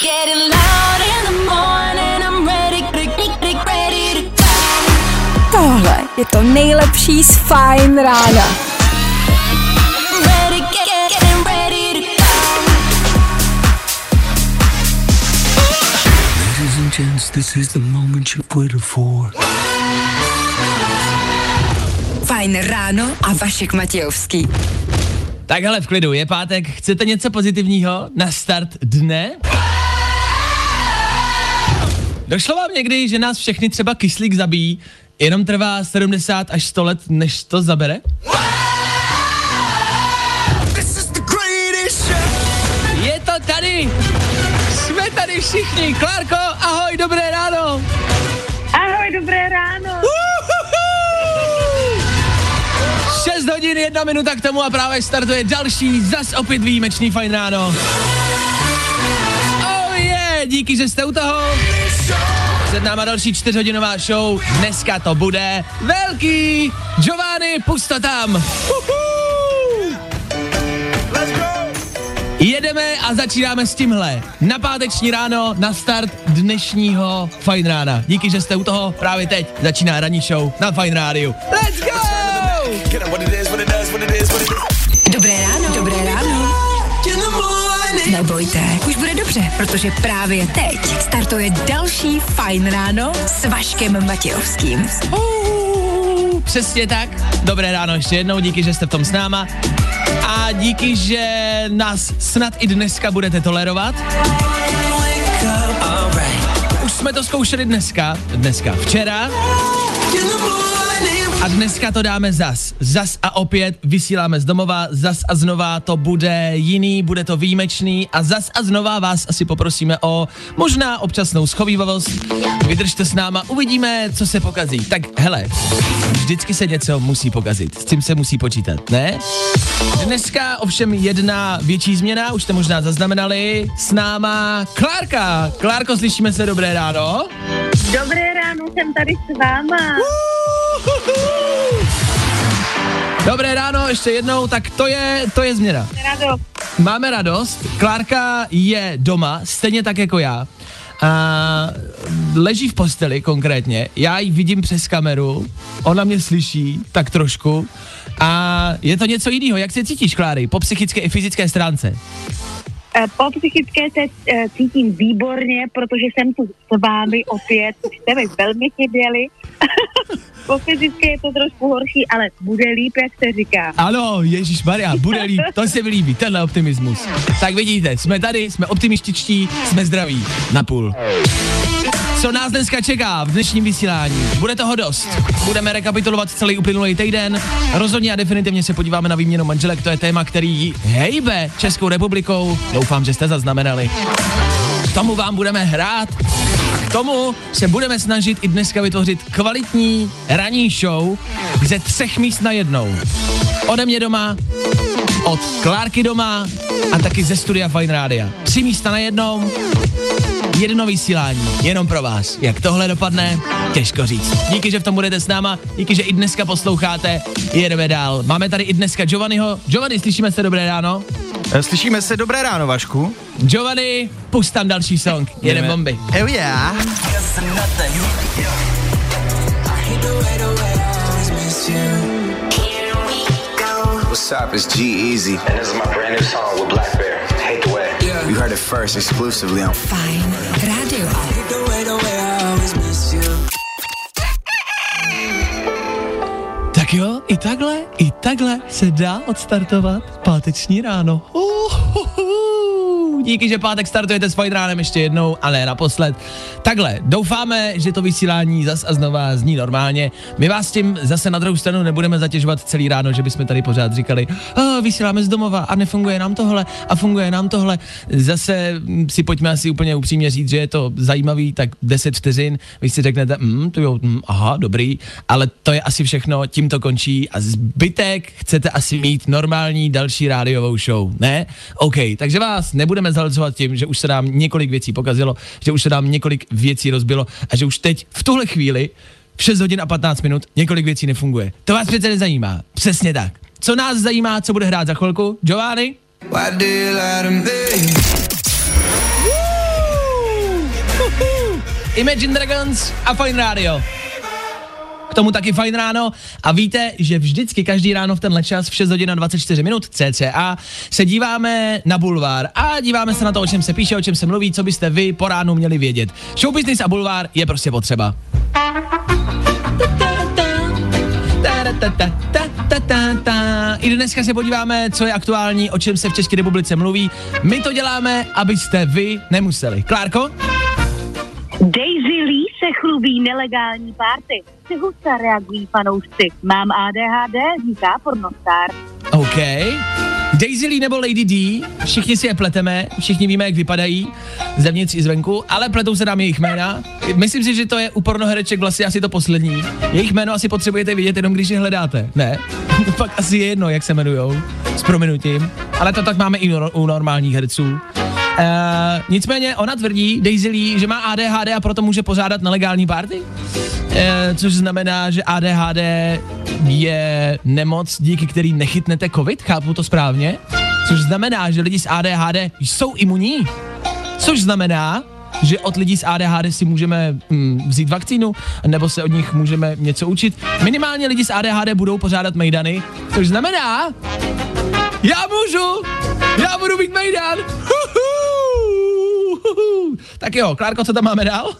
Tohle je to nejlepší z Fajn rána. Ladies and gents, this is the moment you've waited for. Fajn ráno a Vašek Matějovský. Tak hele, v klidu, je pátek, chcete něco pozitivního na start dne? Došlo vám někdy, že nás všechny třeba kyslík zabíjí, jenom trvá 70 až 100 let, než to zabere? Je to tady! Jsme tady všichni! Klárko, ahoj, dobré ráno! Ahoj, dobré ráno! 6 hodin, 1 minuta k tomu a právě startuje další, zas opět výjimečný Fajn ráno. Oh yeah, díky, že jste u toho. Před náma další 4hodinová show, dneska to bude velký. Giovanni, pust to tam. Jedeme a začínáme s tímhle. Na páteční ráno, na start dnešního Fajn rána. Díky, že jste u toho, právě teď začíná ranní show na Fajn rádiu. Let's go! Dobré ráno, dobré ráno. Nebojte, už bude dobře, protože právě teď startuje další Fajn ráno s Vaškem Matějovským. Přesně tak. Dobré ráno ještě jednou, díky, že jste v tom s náma. A díky, že nás snad i dneska budete tolerovat. Už jsme to zkoušeli včera. A dneska to dáme zas a opět vysíláme z domova, zas a znova to bude jiný, bude to výjimečný a zas a znova vás asi poprosíme o možná občasnou schovívavost. Vydržte s náma, uvidíme, co se pokazí. Tak hele, vždycky se něco musí pokazit, s tím se musí počítat, ne? Dneska ovšem jedna větší změna, už jste možná zaznamenali, s náma Klárka. Klárko, slyšíme se, dobré ráno? Dobré ráno, jsem tady s váma. Dobré ráno, ještě jednou, tak to je změna. Radost. Máme radost, Klárka je doma, stejně tak jako já. A leží v posteli konkrétně, já ji vidím přes kameru, ona mě slyší tak trošku a je to něco jiného. Jak se cítíš, Kláry, po psychické i fyzické stránce? Po psychické se cítím výborně, protože jsem tu s vámi opět, už jste mi velmi chyběli. Po fyzické je to trošku horší, ale bude líp, jak se říká. Ano, ježišmarja, bude líp, to se mi líbí, tenhle optimismus. Tak vidíte, jsme tady, jsme optimističtí, jsme zdraví, napůl. Co nás dneska čeká v dnešním vysílání? Bude toho dost. Budeme rekapitulovat celý uplynulý týden. Rozhodně a definitivně se podíváme na výměnu manželek, to je téma, který hejbe Českou republikou. Doufám, že jste zaznamenali. K tomu vám budeme hrát. K tomu se budeme snažit i dneska vytvořit kvalitní ranní show ze 3 míst na jednou. Ode mě doma, od Klárky doma a taky ze studia Fajn rádia. 3 místa na jednou, jedno vysílání, jenom pro vás. Jak tohle dopadne, těžko říct. Díky, že v tom budete s náma, díky, že i dneska posloucháte, jedeme dál. Máme tady i dneska Giovanniho. Giovanni, slyšíme se, dobré ráno? Slyšíme se, dobré ráno, Vašku. Giovanni, pust tam další song, jedem bomby. Oh yeah. What's up, it's G-Eazy. And this is my brand new song with Black Bear. Hate the way. You heard it first exclusively on Fajn rádio. Tak jo, i takhle se dá odstartovat páteční ráno. Díky, že pátek startujete s Fajn ránem ještě jednou, ale naposled. Takhle, doufáme, že to vysílání zas a znova zní normálně. My vás tím zase na druhou stranu nebudeme zatěžovat celý ráno, že bychom tady pořád říkali, vysíláme z domova a nefunguje nám tohle a funguje nám tohle. Zase si pojďme asi úplně upřímně říct, že je to zajímavý, tak 10 vteřin, vy si řeknete, aha, dobrý, ale to je asi všechno, tím to končí a zbytek chcete asi mít normální další rádiovou show, ne? OK, takže vás nebudeme zalezovat tím, že už se nám několik věcí pokazilo, že už se nám několik věcí rozbilo a že už teď v tuhle chvíli v 6 hodin a 15 minut několik věcí nefunguje. To vás přece nezajímá. Přesně tak. Co nás zajímá, co bude hrát za chvilku? Giovanni? Imagine Dragons a Fajn rádio. K tomu taky Fajn ráno a víte, že vždycky každý ráno v tenhle čas v 6 hodin a 24 minut cca se díváme na bulvár a díváme se na to, o čem se píše, o čem se mluví, co byste vy po ránu měli vědět. Showbusiness a bulvár je prostě potřeba. I dneska se podíváme, co je aktuální, o čem se v České republice mluví. My to děláme, abyste vy nemuseli. Klárko? Daisy Lee se chlubí nelegální párty. Husa reagují fanoušci. Mám ADHD, říká pornostar. OK. Daisy Lee nebo Lady D, všichni si je pleteme, všichni víme, jak vypadají, zevnitř i zvenku, ale pletou se nám jejich jména. Myslím si, že to je u pornohereček vlastně asi to poslední. Jejich jméno asi potřebujete vidět jenom, když je hledáte, ne? Pak asi je jedno, jak se jmenujou, s prominutím, ale to tak máme i u normálních herců. Nicméně ona tvrdí, Daisy Lee, že má ADHD a proto může pořádat nelegální party, což znamená, že ADHD je nemoc, díky který nechytnete covid, chápu to správně, což znamená, že lidi s ADHD jsou imunní, což znamená, že od lidí s ADHD si můžeme vzít vakcínu, nebo se od nich můžeme něco učit. Minimálně lidi s ADHD budou pořádat mejdany, což znamená, já budu mít mejdan. Tak jo, Klárko, co tam máme dál?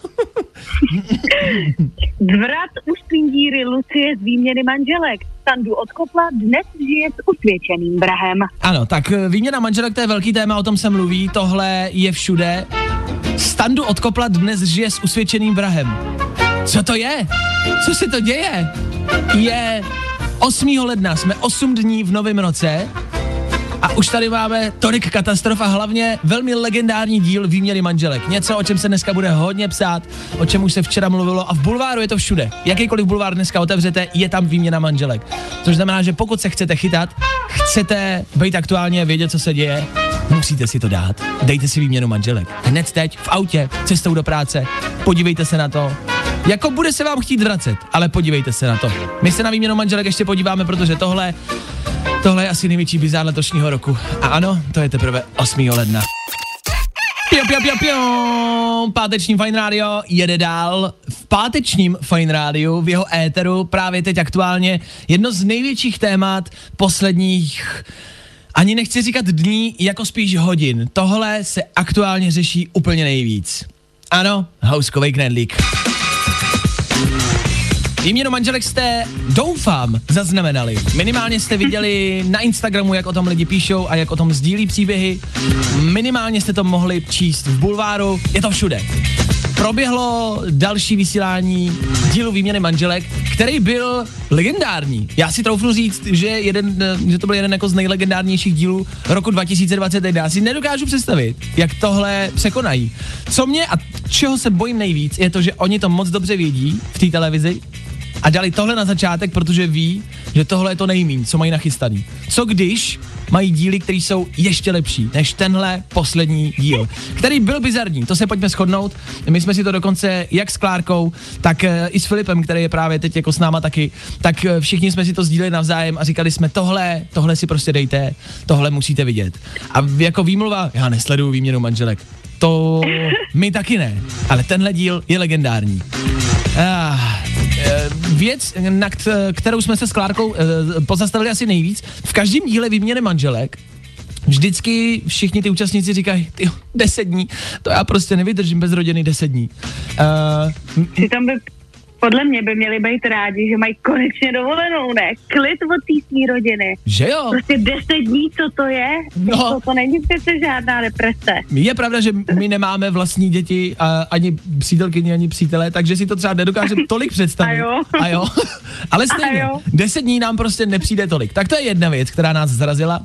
Zvrat u špindíry Lucie z výměny manželek. Standu odkopla, dnes žije s usvědčeným vrahem. Ano, tak výměna manželek, to je velký téma, o tom se mluví, tohle je všude. Standu odkopla, dnes žije s usvědčeným vrahem. Co to je? Co se to děje? Je 8. ledna, jsme 8 dní v novém roce a už tady máme tolik katastrof a hlavně velmi legendární díl výměny manželek. Něco, o čem se dneska bude hodně psát, o čem už se včera mluvilo a v bulváru je to všude. Jakýkoliv bulvár dneska otevřete, je tam výměna manželek. Což znamená, že pokud se chcete chytat, chcete být aktuálně, vědět, co se děje, musíte si to dát. Dejte si výměnu manželek. Hned teď, v autě, cestou do práce, podívejte se na to. Jako bude se vám chtít vracet, ale podívejte se na to. My se na výměnu manželek ještě podíváme, protože tohle je asi největší bizár letošního roku. A ano, to je teprve 8. ledna. Páteční Fajn rádio jede dál. V pátečním Fajn rádiu, v jeho éteru, právě teď aktuálně jedno z největších témat posledních, ani nechci říkat dní, jako spíš hodin. Tohle se aktuálně řeší úplně nejvíc. Ano, houskovej knedlík. Výměnu manželek jste, doufám, zaznamenali. Minimálně jste viděli na Instagramu, jak o tom lidi píšou a jak o tom sdílí příběhy. Minimálně jste to mohli číst v bulváru, je to všude. Proběhlo další vysílání dílu výměny manželek, který byl legendární. Já si troufnu říct, že to byl jeden jako z nejlegendárnějších dílů roku 2021. Já si nedokážu představit, jak tohle překonají. Co mě a čeho se bojím nejvíc, je to, že oni to moc dobře vědí v té televizi a dali tohle na začátek, protože ví, že tohle je to nejmíň, co mají nachystaný. Co když mají díly, které jsou ještě lepší než tenhle poslední díl, který byl bizarní, to se pojďme shodnout. My jsme si to dokonce jak s Klárkou, tak i s Filipem, který je právě teď jako s náma taky, tak všichni jsme si to sdíleli navzájem a říkali jsme tohle si prostě dejte, tohle musíte vidět. A jako výmluva, já nesleduju výměnu manželek. To my taky ne, ale tenhle díl je legendární. Věc, na kterou jsme se s Klárkou pozastavili asi nejvíc, v každém díle výměny manželek vždycky všichni ty účastníci říkají, 10 dní, to já prostě nevydržím bez rodiny 10 dní. Přitom by podle mě by měli být rádi, že mají konečně dovolenou, ne? Klid od té svý rodiny. Že jo? Prostě 10 dní, co to je? No. To není přece žádná deprese. Je pravda, že my nemáme vlastní děti, ani přítelkyni, ani přítele, takže si to třeba nedokážeme tolik představit. A jo. Ale stejně, 10 dní nám prostě nepřijde tolik. Tak to je jedna věc, která nás zarazila.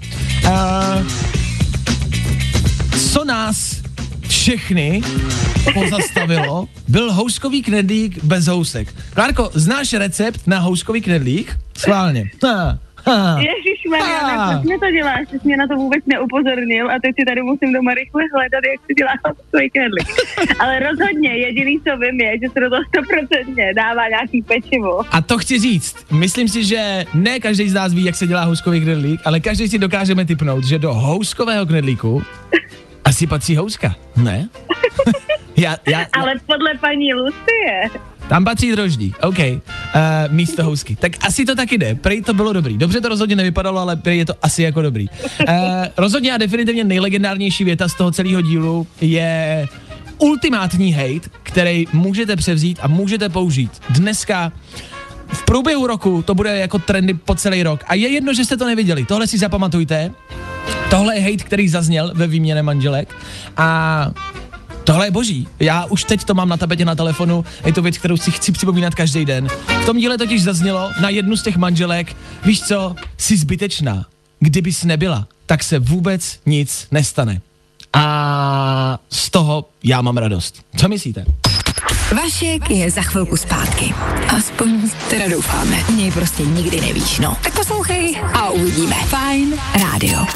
Co nás všechny pozastavilo, byl houskový knedlík bez housek. Klárko, znáš recept na houskový knedlík? Schválně. Ježišmarja, proč mě to děláš? Ty jsi mě na to vůbec neupozornil a teď si tady musím doma rychle hledat, jak si dělá houskový knedlík. Ale rozhodně, jediný, co vím, je, že se do toho 100% dává nějaký pečivo. A to chci říct, myslím si, že ne každý z nás ví, jak se dělá houskový knedlík, ale každý si dokážeme tipnout, že do houskového knedlíku asi patří houska, ne? Ale podle paní Lucie. Tam patří Droždí, OK, místo housky. Tak asi to taky jde, prej to bylo dobrý. Dobře to rozhodně nevypadalo, ale prej je to asi jako dobrý. Rozhodně a definitivně nejlegendárnější věta z toho celého dílu je ultimátní hate, který můžete převzít a můžete použít. Dneska v průběhu roku to bude jako trendy po celý rok. A je jedno, že jste to neviděli. Tohle si zapamatujte. Tohle je hate, který zazněl ve výměně manželek. A tohle je boží. Já už teď to mám na tapetě na telefonu. Je to věc, kterou si chci připomínat každý den. V tom díle totiž zaznělo na jednu z těch manželek. Víš co? Jsi zbytečná. Kdybys nebyla, tak se vůbec nic nestane. A z toho já mám radost. Co myslíte? Vašek je za chvilku zpátky. Aspoň teda doufáme. Něj prostě nikdy nevíš, no. Tak poslouchej a uvidíme. Fajn rádio.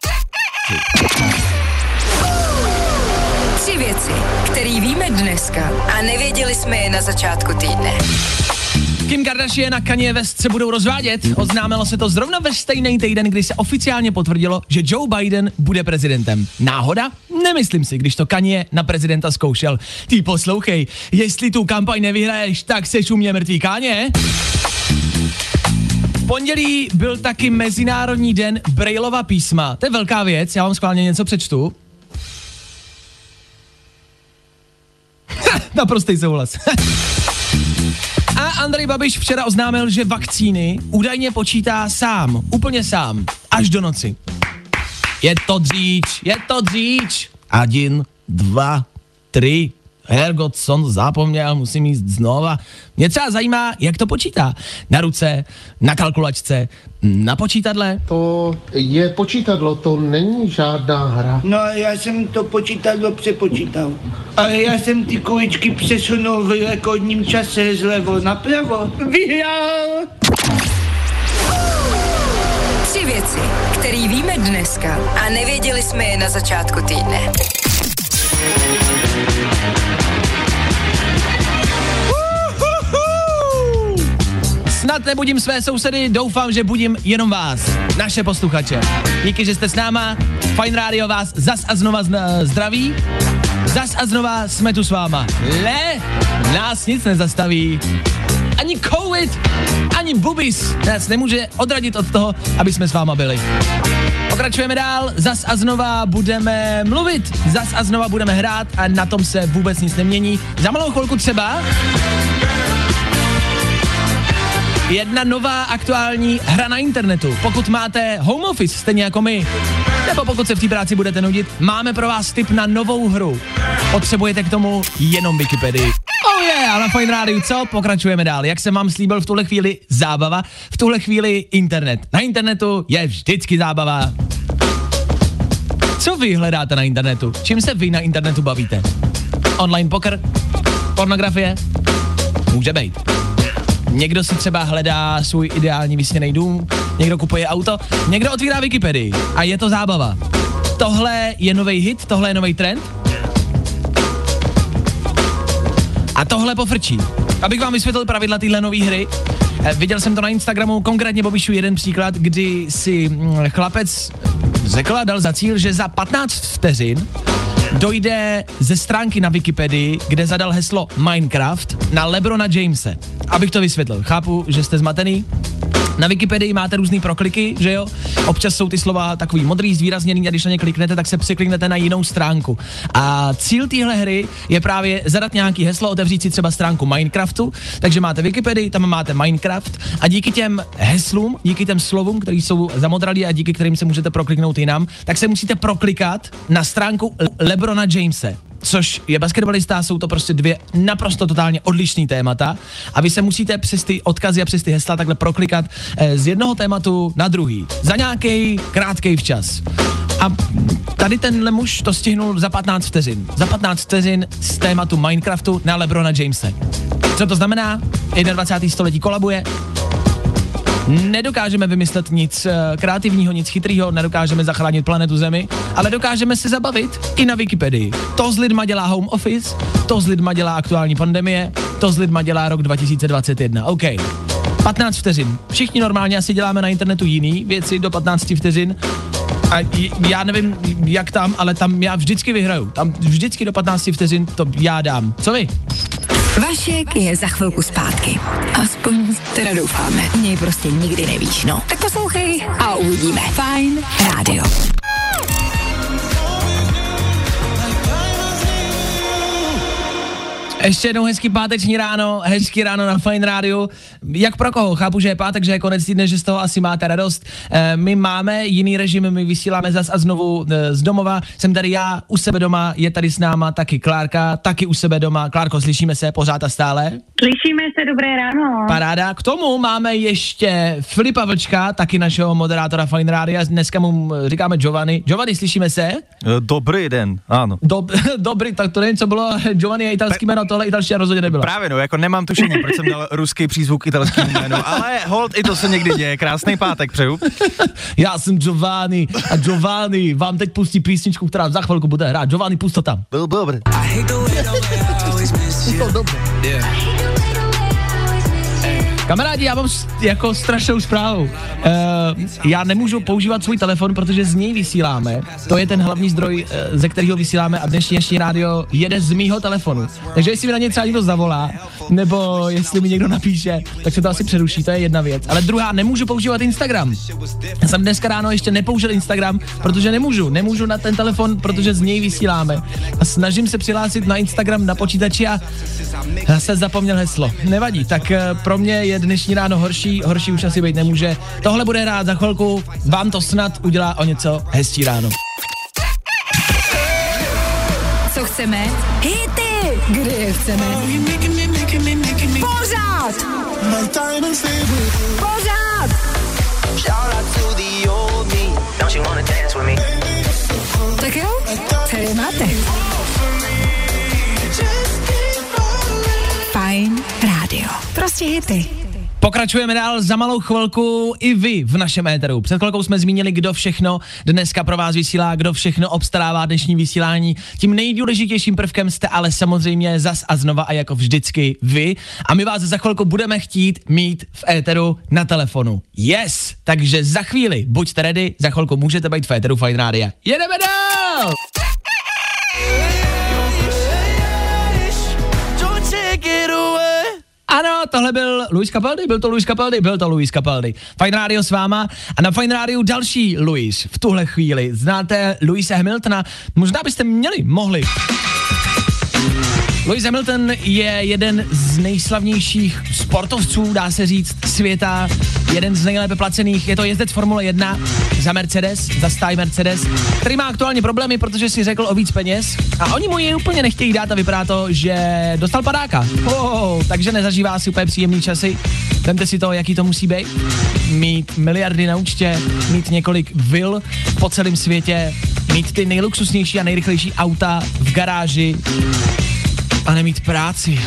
3 věci, které víme dneska a nevěděli jsme je na začátku týdne. Kim Kardashian a Kanye West se budou rozvádět. Oznámilo se to zrovna ve stejný týden, kdy se oficiálně potvrdilo, že Joe Biden bude prezidentem. Náhoda? Nemyslím si, když to Kanye na prezidenta zkoušel. Ty poslouchej, jestli tu kampaň nevyhraješ, tak seš u mě mrtvý, Kanye. V pondělí byl taky Mezinárodní den Braillova písma. To je velká věc, já vám schválně něco přečtu. Naprostý souhlas. A Andrej Babiš včera oznámil, že vakcíny údajně počítá sám, úplně sám, až do noci. Je to dříč. 1, 2, 3. Hergot, jsem zapomněl, musím jít znova. Mě třeba zajímá, jak to počítá. Na ruce, na kalkulačce, na počítadle. To je počítadlo, to není žádná hra. No, já jsem to počítadlo přepočítal. Ale já jsem ty kuličky přesunul v rekordním čase zlevo napravo. Vyhrál! 3 věci, které víme dneska a nevěděli jsme je na začátku týdne. Snad nebudím své sousedy, doufám, že budím jenom vás, naše posluchače. Díky, že jste s náma, Fajn rádio vás zas a znova zdraví, zas a znova jsme tu s váma. Nás nic nezastaví, ani covid, ani bubis nás nemůže odradit od toho, aby jsme s váma byli. Pokračujeme dál, zas a znova budeme mluvit, zas a znova budeme hrát a na tom se vůbec nic nemění. Za malou chvilku třeba jedna nová aktuální hra na internetu. Pokud máte home office, stejně jako my, nebo pokud se v té práci budete nudit, máme pro vás tip na novou hru. Potřebujete k tomu jenom Wikipedii. Oh yeah, na Fajn rádiu, co? Pokračujeme dál. Jak jsem vám slíbil, v tuhle chvíli zábava, v tuhle chvíli internet. Na internetu je vždycky zábava. Co vy hledáte na internetu? Čím se vy na internetu bavíte? Online poker? Pornografie? Může být. Někdo si třeba hledá svůj ideální vysněný dům, někdo kupuje auto, někdo otvírá Wikipedii a je to zábava. Tohle je nový hit, tohle je nový trend a tohle pofrčí. Abych vám vysvětlil pravidla téhle nový hry, viděl jsem to na Instagramu, konkrétně popíšu jeden příklad, kdy si chlapec řekl a dal za cíl, že za 15 vteřin dojde ze stránky na Wikipedii, kde zadal heslo Minecraft, na LeBrona Jamese. Abych to vysvětlil, chápu, že jste zmatený. Na Wikipedii máte různý prokliky, že jo? Občas jsou ty slova takový modrý, zvýrazněný a když na ně kliknete, tak se překliknete na jinou stránku. A cíl téhle hry je právě zadat nějaký heslo, otevřít si třeba stránku Minecraftu, takže máte Wikipedii, tam máte Minecraft a díky těm heslům, díky těm slovům, které jsou zamodralí a díky kterým se můžete prokliknout jinam, tak se musíte proklikat na stránku LeBrona Jamese, což je basketbalista, jsou to prostě dvě naprosto totálně odlišný témata a vy se musíte přes ty odkazy a přes ty hesla takhle proklikat z jednoho tématu na druhý. Za nějaký krátký včas. A tady tenhle muž to stihnul za 15 vteřin. Za 15 vteřin z tématu Minecraftu na LeBrona Jamese. Co to znamená? 21. století kolabuje. Nedokážeme vymyslet nic kreativního, nic chytrýho, nedokážeme zachránit planetu Zemi, ale dokážeme se zabavit i na Wikipedii. To s lidma dělá home office, to s lidma dělá aktuální pandemie, to s lidma dělá rok 2021. OK. 15 vteřin. Všichni normálně asi děláme na internetu jiný věci do 15 vteřin. A já nevím, jak tam, ale tam já vždycky vyhraju. Tam vždycky do 15 vteřin to já dám. Co vy? Vašek je za chvilku zpátky. Aspoň teda doufáme. Něj prostě nikdy nevíš, no. Tak poslouchej a uvidíme. Fajn rádio. Ještě jednou hezký páteční ráno, hezký ráno na Fajn rádiu. Jak pro koho? Chápu, že je pátek, že je konec týdne, že z toho asi máte radost. My máme jiný režim, my vysíláme zas a znovu z domova. Jsem tady já, u sebe doma, je tady s náma taky Klárka, taky u sebe doma. Klárko, slyšíme se pořád a stále? Slyšíme se, dobré ráno. Paráda. K tomu máme ještě Filipa Vlčka, taky našeho moderátora Fajn rádia. Dneska mu říkáme Giovanni. Giovanni, slyšíme se? Dobrý den, ano. Dobrý, tak to nevím, co bylo. Giovanni je italský jméno, tohle italští rozhodně nebylo. Právě no, jako nemám tušení, proč jsem dal ruský přízvuk italskému jménu, ale hold, i to se někdy děje. Krásný pátek přeju. Já jsem Giovanni a Giovanni vám teď pustí písničku, která za chvilku bude hrát. Giovanni, pust to tam. Byl dobrý. Kamarádi, já mám jako strašnou zprávu. Já nemůžu používat svůj telefon, protože z něj vysíláme. To je ten hlavní zdroj, ze kterého vysíláme a dnešní rádio jede z mýho telefonu. Takže jestli mi na ně třeba někdo zavolá, nebo jestli mi někdo napíše, tak se to asi přeruší, to je jedna věc. Ale druhá, nemůžu používat Instagram. Já jsem dneska ráno ještě nepoužil Instagram, protože nemůžu na ten telefon, protože z něj vysíláme. A snažím se přihlásit na Instagram na počítači a se zapomněl heslo. Nevadí, tak pro mě je dnešní ráno horší už asi být nemůže. Tohle bude hrát za chvilku, vám to snad udělá o něco hezčí ráno. Co chceme? Hity! Kde je chceme? Pořád! Pořád! Tak jo, tady máte. Fajn rádio. Prostě hity. Pokračujeme dál za malou chvilku i vy v našem éteru. Před chvilkou jsme zmínili, kdo všechno dneska pro vás vysílá, kdo všechno obstarává dnešní vysílání. Tím nejdůležitějším prvkem jste ale samozřejmě zas a znova a jako vždycky vy. A my vás za chvilku budeme chtít mít v éteru na telefonu. Yes! Takže za chvíli buďte ready, za chvilku můžete být v éteru Fajn rádia. Jedeme dál! Ano, tohle byl Luis Capaldi. Fajn rádio s váma a na Fajn rádiu další Luis v tuhle chvíli. Znáte Lewise Hamiltona? Možná byste mohli. Lewis Hamilton je jeden z nejslavnějších sportovců, dá se říct, světa, jeden z nejlépe placených, je to jezdec Formule 1 za Mercedes, za stáj Mercedes, který má aktuálně problémy, protože si řekl o víc peněz a oni mu je úplně nechtějí dát a vypadá to, že dostal padáka. Takže nezažívá si úplně příjemný časy. Vemte si to, jaký to musí být. Mít miliardy na účtě, mít několik vil po celém světě, mít ty nejluxusnější a nejrychlejší auta v garáži, a nemít práci.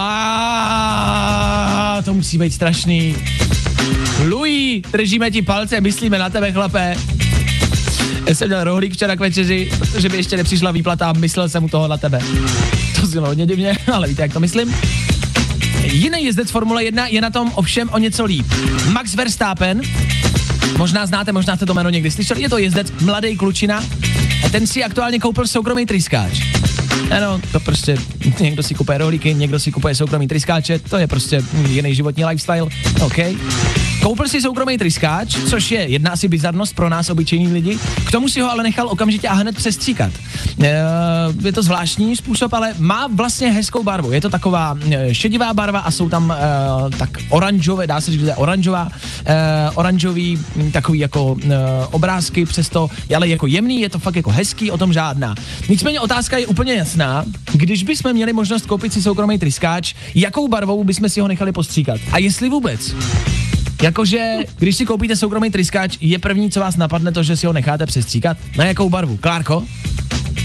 To musí být strašný. Louis, držíme ti palce, myslíme na tebe, chlape. Já jsem měl rohlík včera k večeři, protože by ještě nepřišla výplata a myslel jsem u toho na tebe. To znělo hodně divně, ale víte, jak to myslím. Jiný jezdec Formule 1 je na tom ovšem o něco líp. Max Verstappen, možná znáte, možná jste to jméno někdy slyšeli, je to jezdec, mladý klučina a ten si aktuálně koupil soukromý tryskáč. Ano, to prostě někdo si kupuje rohlíky, někdo si kupuje soukromý tryskáče, to je prostě jiný životní lifestyle, OK. Koupil si soukromý tryskáč, což je jedna asi bizarnost pro nás obyčejní lidi, k tomu si ho ale nechal okamžitě a hned přestříkat. Je to zvláštní způsob, ale má vlastně hezkou barvu, je to taková šedivá barva a jsou tam tak oranžové, dá se říct, že je oranžový takový jako obrázky, přesto ale jako jemný, je to fakt jako hezký, o tom žádná. Nicméně otázka je úplně jasná, když bychom měli možnost koupit si soukromý tryskáč, jakou barvou bychom si ho nechali postříkat a jestli vůbec. Jakože, když si koupíte soukromý tryskáč, je první, co vás napadne, to, že si ho necháte přestříkat? Na jakou barvu? Klárko?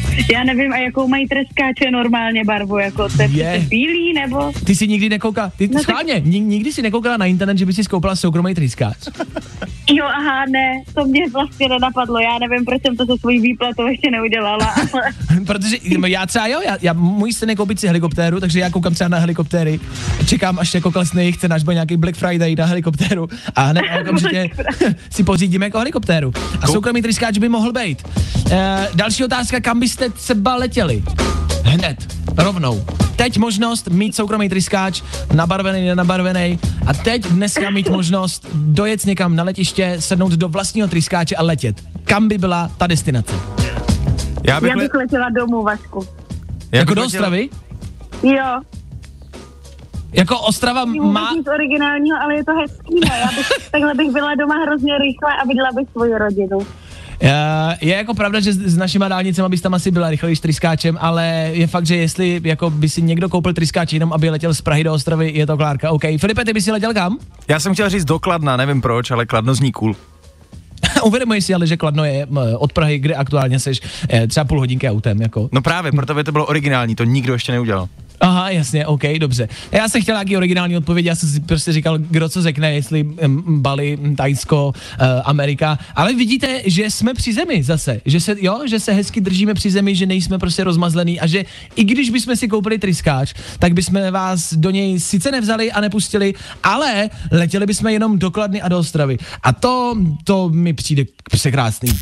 Já nevím, a jakou mají treskáče normálně barvu, jako to je bílý, nebo? Ty jsi nikdy nekoukala, schválně, nikdy si nekoukala na internet, že by si koupila soukromý tryskáč? Jo, aha, ne, to mě vlastně nenapadlo, já nevím, proč jsem to se svojí výplatou ještě neudělala, ale... Protože já třeba já můj syn koupit si helikoptéru, takže já koukám třeba na helikoptéry, čekám, až jako klesne jejich cena, až bude nějaký Black Friday na helikoptéru a hned okamžitě si pořídíme jako helikoptéru. A soukromý tryskáč by mohl být. Další otázka, kam byste třeba letěli? Hned, rovnou. Teď možnost mít soukromý tryskáč, nabarvený, nenabarvený, a teď dneska mít možnost dojet někam na letiště, sednout do vlastního tryskáče a letět. Kam by byla ta destinace? Já bych letěla domů, Vašku. Jako do Ostravy? Jo. Jako Ostrava má... Nic originálního, ale je to hezký, ne? Takhle bych byla doma hrozně rychle a viděla bych svoji rodinu. Je jako pravda, že s našima dálnicema bys tam asi byla rychlejší tryskáčem, ale je fakt, že jestli jako by si někdo koupil tryskáč jenom, aby letěl z Prahy do Ostravy, je to Klárka. OK. Filipe, ty by si letěl kam? Já jsem chtěl říct do Kladna, nevím proč, ale Kladno zní cool. Uvědomuji si ale, že Kladno je od Prahy, kde aktuálně seš třeba půl hodinky autem. Jako. No právě, proto by to bylo originální, to nikdo ještě neudělal. Aha, jasně, OK, dobře. Já jsem chtěl nějaký originální odpověď, já jsem si prostě říkal, kdo co řekne, jestli Bali, Thajsko, Amerika, ale vidíte, že jsme při zemi zase, že se hezky držíme při zemi, že nejsme prostě rozmazlený a že i když bychom si koupili tryskáč, tak bychom vás do něj sice nevzali a nepustili, ale letěli bychom jenom do Kladny a do Ostravy. A to mi přijde překrásný.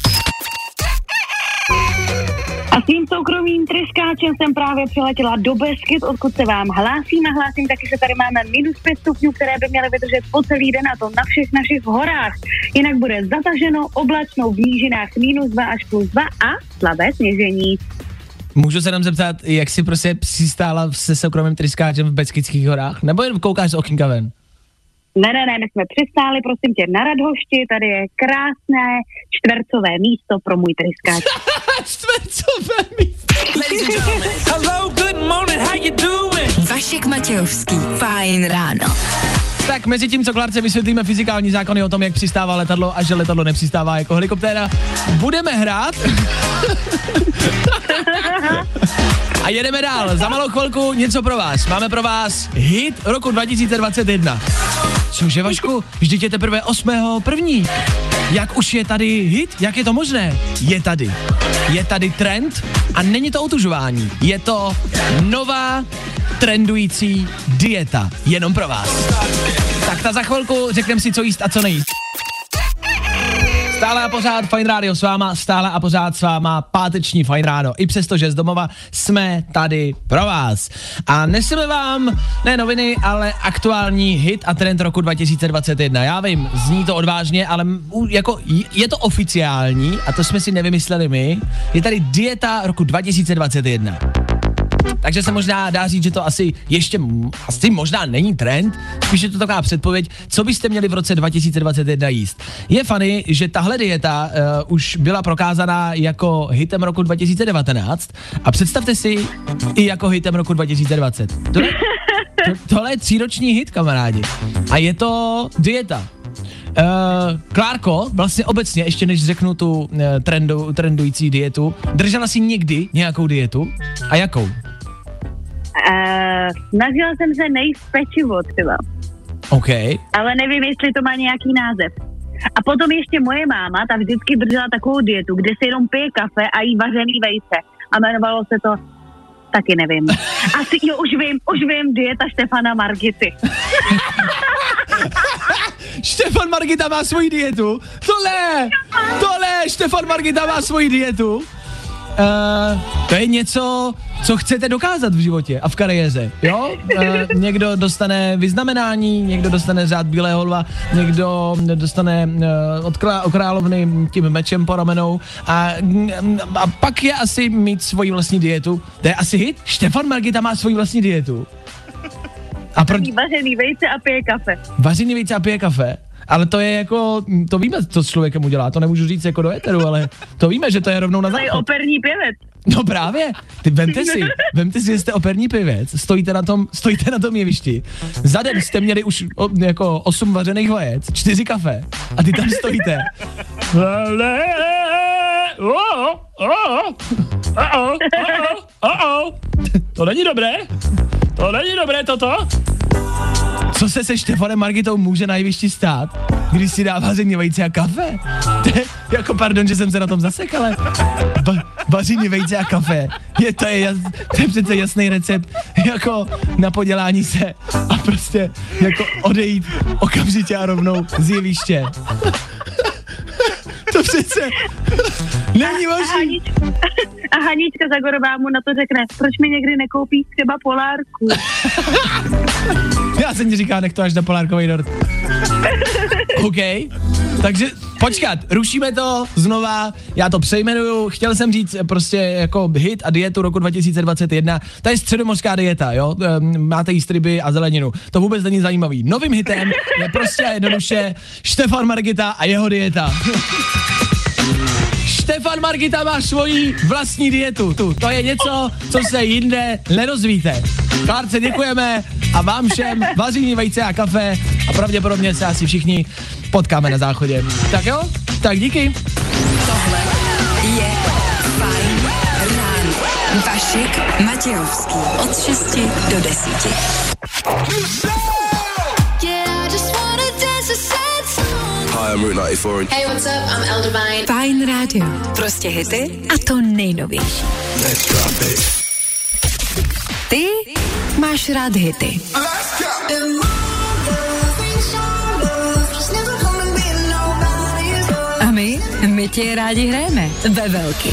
A svým soukromým tryskáčem jsem právě přiletěla do Beskyt, odkud se vám hlásím a hlásím taky, že tady máme -5 stupňů, které by měly vydržet po celý den, a to na všech našich horách. Jinak bude zataženo, oblačno, v nížinách -2 až +2 a slabé sněžení. Můžu se nám zeptat, jak jsi prostě přistála se soukromým tryskáčem v Beskydských horách? Nebo jen koukáš z okýnka ven? Ne, my jsme přistáli, prosím tě, na Radhošti, tady je krásné čtvercové místo pro můj tryskáč. Čtvercové místo. Hello, good morning, how you doing? Vašek Matějovský, Fajn ráno. Tak mezi tím, co Klárce vysvětlíme fyzikální zákony o tom, jak přistává letadlo a že letadlo nepřistává jako helikoptéra, budeme hrát. A jedeme dál. Za malou chvilku něco pro vás. Máme pro vás hit roku 2021. Cože, Vašku? Vždyť je teprve 8.1. Jak už je tady hit? Jak je to možné? Je tady. Je tady trend a není to otužování. Je to nová trendující dieta. Jenom pro vás. Tak ta za chvilku řekneme si, co jíst a co nejíst. Stále a pořád Fajn rádio s váma, stále a pořád s váma páteční Fajn ráno. I přesto, že z domova jsme tady pro vás. A neseme vám ne noviny, ale aktuální hit a trend roku 2021. Já vím, zní to odvážně, ale jako je to oficiální a to jsme si nevymysleli my. Je tady dieta roku 2021. Takže se možná dá říct, že to asi možná není trend, spíš je to taková předpověď, co byste měli v roce 2021 jíst. Je funny, že tahle dieta už byla prokázaná jako hitem roku 2019 a představte si i jako hitem roku 2020. Tohle je 3roční hit, kamarádi. A je to dieta. Klárko, vlastně obecně, ještě než řeknu tu trendující dietu, držela jsi někdy nějakou dietu? A jakou? Snažila jsem se nejíst pečivo třeba. OK. Ale nevím, jestli to má nějaký název. A potom ještě moje máma, ta vždycky držela takovou dietu, kde se jenom pije kafe a jí vařený vejce. A jmenovalo se to, taky nevím. Asi, už vím, dieta Štefana Margity. Štefan Margita má svoji dietu? Tohle, Štefan Margita má svoji dietu? To je něco, co chcete dokázat v životě a v kariéře, jo? Někdo dostane vyznamenání, někdo dostane řád Bílého lva, někdo dostane od královny tím mečem po ramenou a pak je asi mít svoji vlastní dietu. To je asi hit? Štefan Margita má svoji vlastní dietu. A vařený vejce a pije kafe. Vařený vejce a pije kafe? Ale to je jako, to víme, co s člověkem udělá, to nemůžu říct jako do éteru, ale to víme, že to je rovnou na záchod. To je operní pěvec. No právě, vemte si, že jste operní pěvec, stojíte na tom jevišti, za den jste měli už jako 8 vařených vajec, 4 kafe a ty tam stojíte. To není dobré toto. Co se Štefanem Margitou může na jevišti stát, když si dá vaření vejce a kafe? Jako pardon, že jsem se na tom zasekl, ale vaření vejce a kafe, to je přece jasný recept, jako na podělání se a prostě jako odejít okamžitě a rovnou z jeviště. To přece není možný. A Hanička Zagorová mu na to řekne, proč mi někdy nekoupíš třeba polárku? Já jsem ti říkal, nech to až na polárkový dort. OK, takže počkat, rušíme to znova, já to přejmenuju, chtěl jsem říct prostě jako hit a dietu roku 2021, to je středomořská dieta, jo, máte jíst ryby a zeleninu, to vůbec není zajímavý. Novým hitem je prostě jednoduše Štefan Margita a jeho dieta. Štefan Margita má svoji vlastní dietu. To je něco, co se jinde nedozvíte. Klárce děkujeme a vám všem vaření vejce a kafe a pravděpodobně se asi všichni potkáme na záchodě. Tak jo? Tak díky. Tohle je Fajn ráno. Vašek Matějovský od 6 do 10. Hi, I'm Route 94. Hey, what's up? I'm El Divine. Fajn rádio. Prostě hity a to nejnovější. Let's drop it. Ty máš rád hity. A my tě rádi hrajeme ve velkým.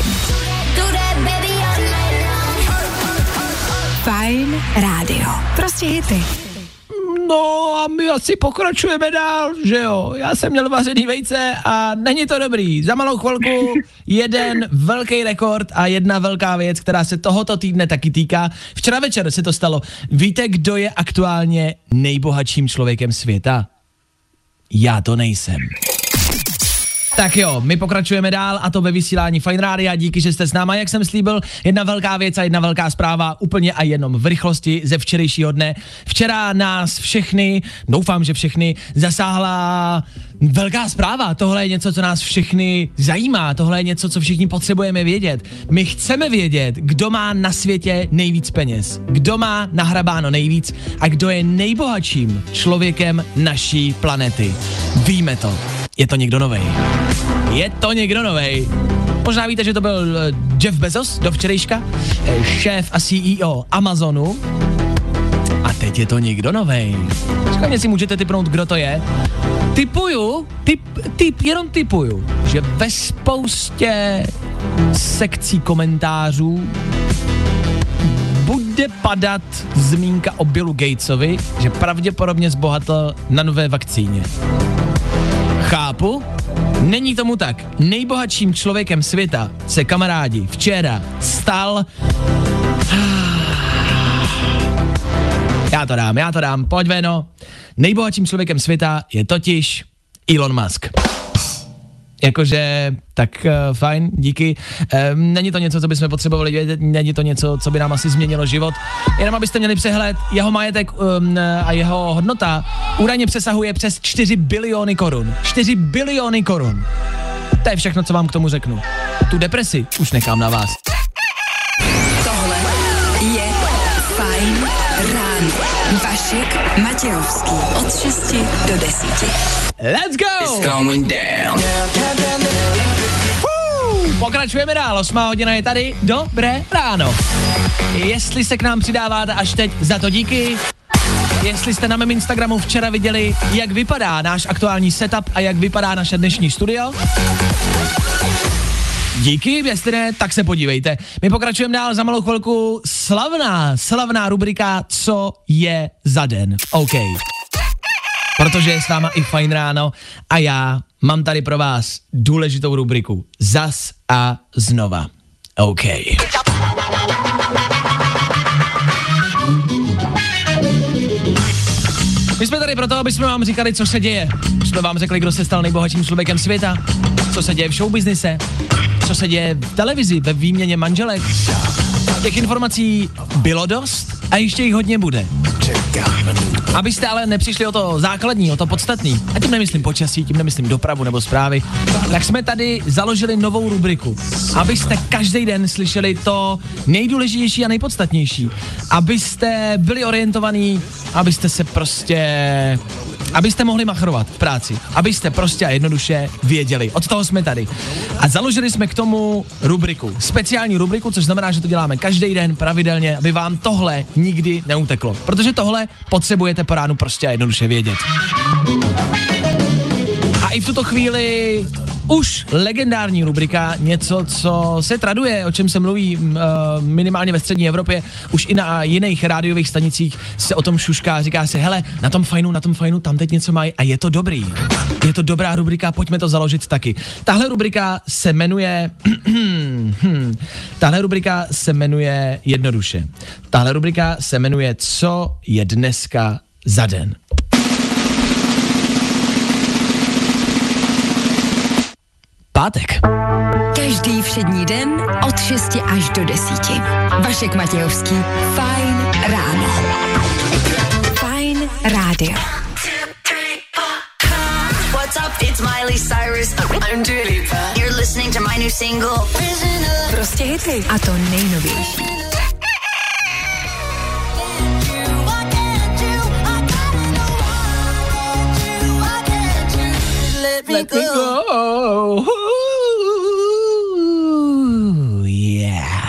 Fajn rádio. Prostě hity. No a my asi pokračujeme dál, že jo. Já jsem měl vařený vejce a není to dobrý. Za malou chvilku jeden velký rekord a jedna velká věc, která se tohoto týdne taky týká. Včera večer se to stalo. Víte, kdo je aktuálně nejbohatším člověkem světa? Já to nejsem. Tak jo, my pokračujeme dál a to ve vysílání Fajn rádia, díky, že jste s náma, jak jsem slíbil, jedna velká věc a jedna velká zpráva, úplně a jenom v rychlosti ze včerejšího dne. Včera nás všechny, doufám, že všechny, zasáhla velká zpráva, tohle je něco, co nás všechny zajímá, tohle je něco, co všichni potřebujeme vědět. My chceme vědět, kdo má na světě nejvíc peněz, kdo má nahrabáno nejvíc a kdo je nejbohatším člověkem naší planety. Víme to. Je to někdo novej. Je to někdo novej. Možná víte, že to byl Jeff Bezos do včerejška, šéf a CEO Amazonu. A teď je to někdo novej. Skvělně si můžete tipnout, kdo to je. Jenom tipuju, že ve spoustě sekcí komentářů bude padat zmínka o Billu Gatesovi, že pravděpodobně zbohatl na nové vakcíně. Chápu, není tomu tak. Nejbohatším člověkem světa se, kamarádi, včera stal... Já to dám, pojď Veno. Nejbohatším člověkem světa je totiž Elon Musk. Jakože, tak fajn, díky. Není to něco, co bychom potřebovali vědět, není to něco, co by nám asi změnilo život. Jenom abyste měli přehled, jeho majetek a jeho hodnota údajně přesahuje přes 4 biliony korun. 4 biliony korun. To je všechno, co vám k tomu řeknu. Tu depresi už nechám na vás. Tohle je Fajn ráno. Vašek Matějovský od 6 do 10. Let's go! It's going down. Pokračujeme dál, 8 hodina je tady, dobré ráno. Jestli se k nám přidáváte až teď, za to díky. Jestli jste na mém Instagramu včera viděli, jak vypadá náš aktuální setup a jak vypadá naše dnešní studio, díky, jestli ne, tak se podívejte. My pokračujeme dál, za malou chvilku slavná rubrika Co je za den. OK. Protože je s náma i Fajn ráno a já mám tady pro vás důležitou rubriku. Zas a znova. OK. My jsme tady proto, aby jsme vám říkali, co se děje. Jsme vám řekli, kdo se stal nejbohatším člověkem světa, co se děje v showbiznise, co se děje v televizi, ve výměně manželek. Těch informací bylo dost a ještě jich hodně bude. Abyste ale nepřišli o to základní, o to podstatný, a tím nemyslím počasí, tím nemyslím dopravu nebo zprávy, tak jsme tady založili novou rubriku. Abyste každý den slyšeli to nejdůležitější a nejpodstatnější. Abyste byli orientovaní, abyste mohli machrovat v práci. Abyste prostě a jednoduše věděli. Od toho jsme tady. A založili jsme k tomu rubriku. Speciální rubriku, což znamená, že to děláme každý den pravidelně, aby vám tohle nikdy neuteklo. Protože tohle potřebujete po ránu prostě a jednoduše vědět. A i v tuto chvíli už legendární rubrika, něco, co se traduje, o čem se mluví minimálně ve střední Evropě, už i na jiných rádiových stanicích se o tom šušká, říká se, hele, na tom fajnu, tam teď něco mají a je to dobrý. Je to dobrá rubrika, pojďme to založit taky. Tahle rubrika se jmenuje jednoduše. Tahle rubrika se jmenuje Co je dneska za den. Pátek. Každý všední den od 6 až do 10. Vašek Matějovský. Fajn ráno. Fajn rádio. What's up? It's Miley Cyrus. I'm Dua Lipa. You're listening to my new single. Prostě hity. A to nejnovější. Let me go. Yeah.